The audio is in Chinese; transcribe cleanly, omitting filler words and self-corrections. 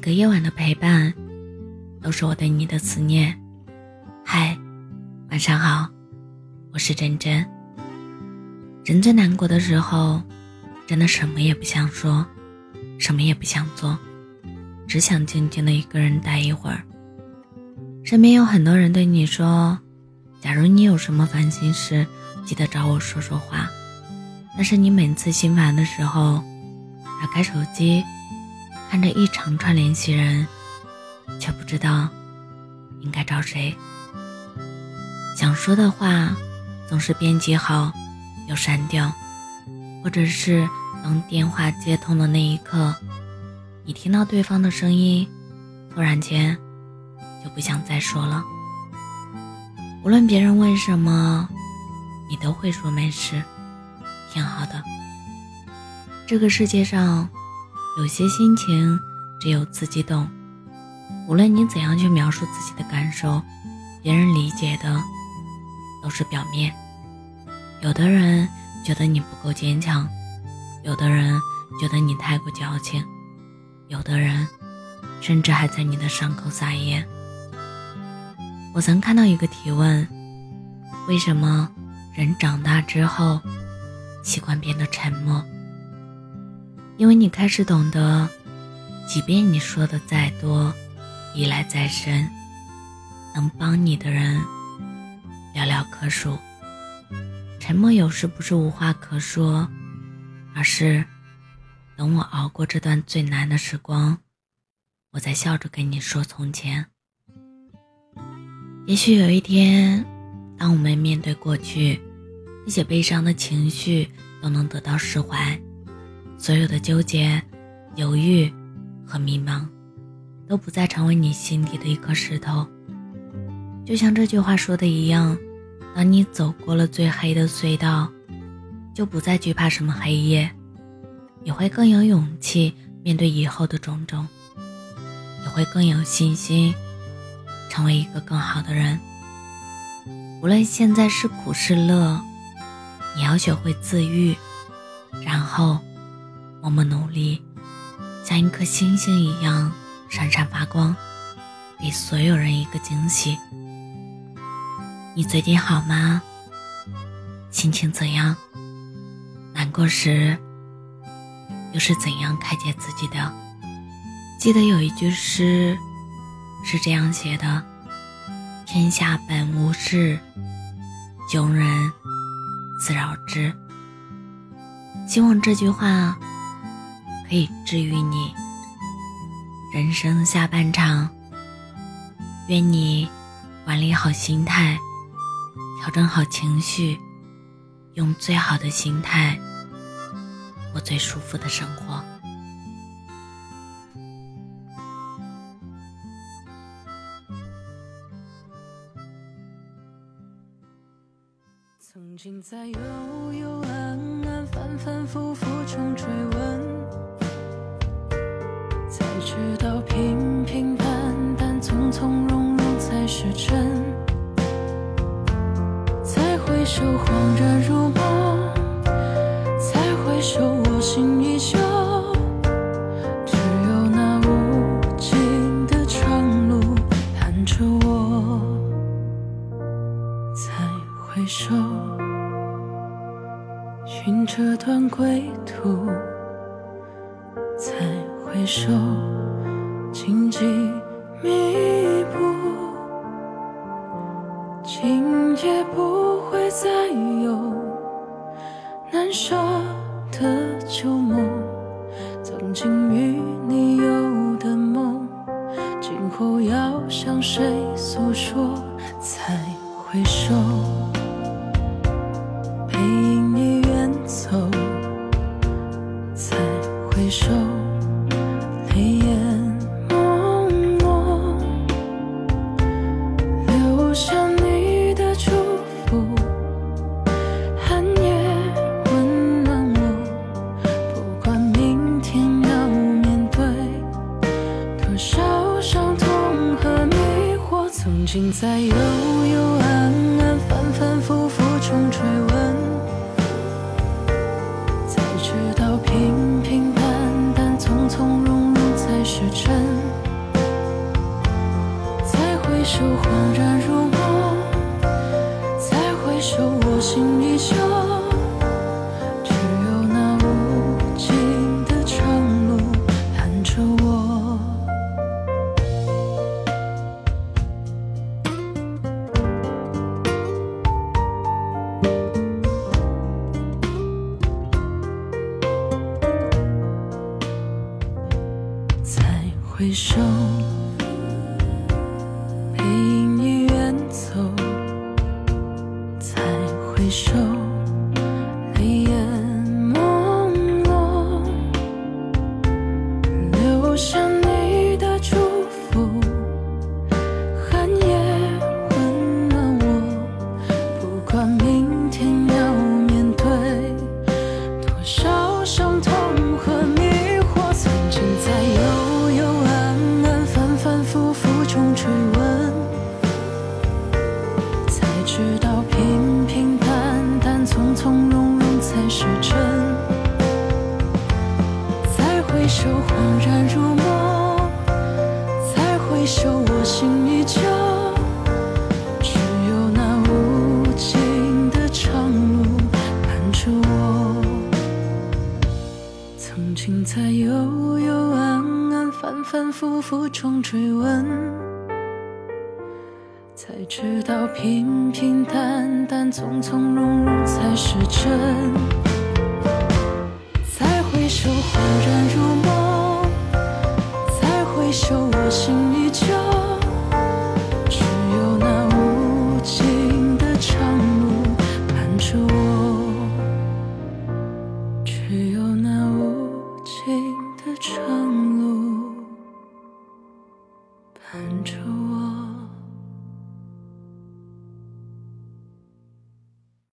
个夜晚的陪伴，都是我对你的思念。嗨，晚上好，我是真真。人最难过的时候，真的什么也不想说，什么也不想做，只想静静的一个人待一会儿。身边有很多人对你说，假如你有什么烦心事，记得找我说说话。但是你每次心烦的时候，打开手机，看着一长串联系人，却不知道应该找谁。想说的话总是编辑好又删掉，或者是当电话接通的那一刻，你听到对方的声音，突然间就不想再说了。无论别人问什么，你都会说没事，挺好的。这个世界上有些心情只有自己懂，无论你怎样去描述自己的感受，别人理解的都是表面。有的人觉得你不够坚强，有的人觉得你太过矫情，有的人甚至还在你的伤口撒盐。我曾看到一个提问，为什么人长大之后习惯变得沉默？因为你开始懂得，即便你说的再多，依赖再深，能帮你的人寥寥可数。沉默有时不是无话可说，而是等我熬过这段最难的时光，我再笑着跟你说从前。也许有一天，当我们面对过去，那些悲伤的情绪都能得到释怀，所有的纠结、犹豫和迷茫都不再成为你心底的一颗石头。就像这句话说的一样，当你走过了最黑的隧道，就不再惧怕什么黑夜，也会更有勇气面对以后的种种，也会更有信心成为一个更好的人。无论现在是苦是乐，你要学会自愈，然后默默努力，像一颗星星一样闪闪发光，给所有人一个惊喜。你最近好吗？心情怎样？难过时又是怎样开解自己的？记得有一句诗是这样写的，天下本无事，庸人自扰之。希望这句话可以治愈你。人生下半场，愿你管理好心态，调整好情绪，用最好的心态过最舒服的生活。 曾经在幽幽暗暗反反复复中追问，才知道平平淡淡从从容容才是真，才回首恍然如梦，才回首我心依旧，只有那无尽的长路盼着我，才回首寻这段归途，才回首荆棘密布，今夜不会再有难舍的旧梦，曾经与你有的梦，今后要向谁诉说？才回首背影已远走，才回首泪眼朦胧，留下你的祝福，寒夜温暖我，不管明天要面对多少伤痛和迷惑。曾经在幽幽暗暗反反复复中追问，才知道平平淡淡从从容容才是真。 首恍然如梦，再回首我心依旧，只有那无尽的长路伴着我。再回首，背影已远走，再回首，泪眼朦胧，留下你的祝福，寒夜温暖我，不管明天要面对多少伤痛和迷惑，曾经在幽幽暗暗反反复复中追问，才知道平平淡淡从从容容才是真。再回首恍然如梦，再回首我心依旧，只有那无尽的长路伴着我。曾经在幽幽暗暗反反复复中追问，才知道平平淡淡从从容容才是真。再回首恍然如梦，再回首我心依旧，只有那无尽的长路伴着我，只有那无尽的长路伴着我。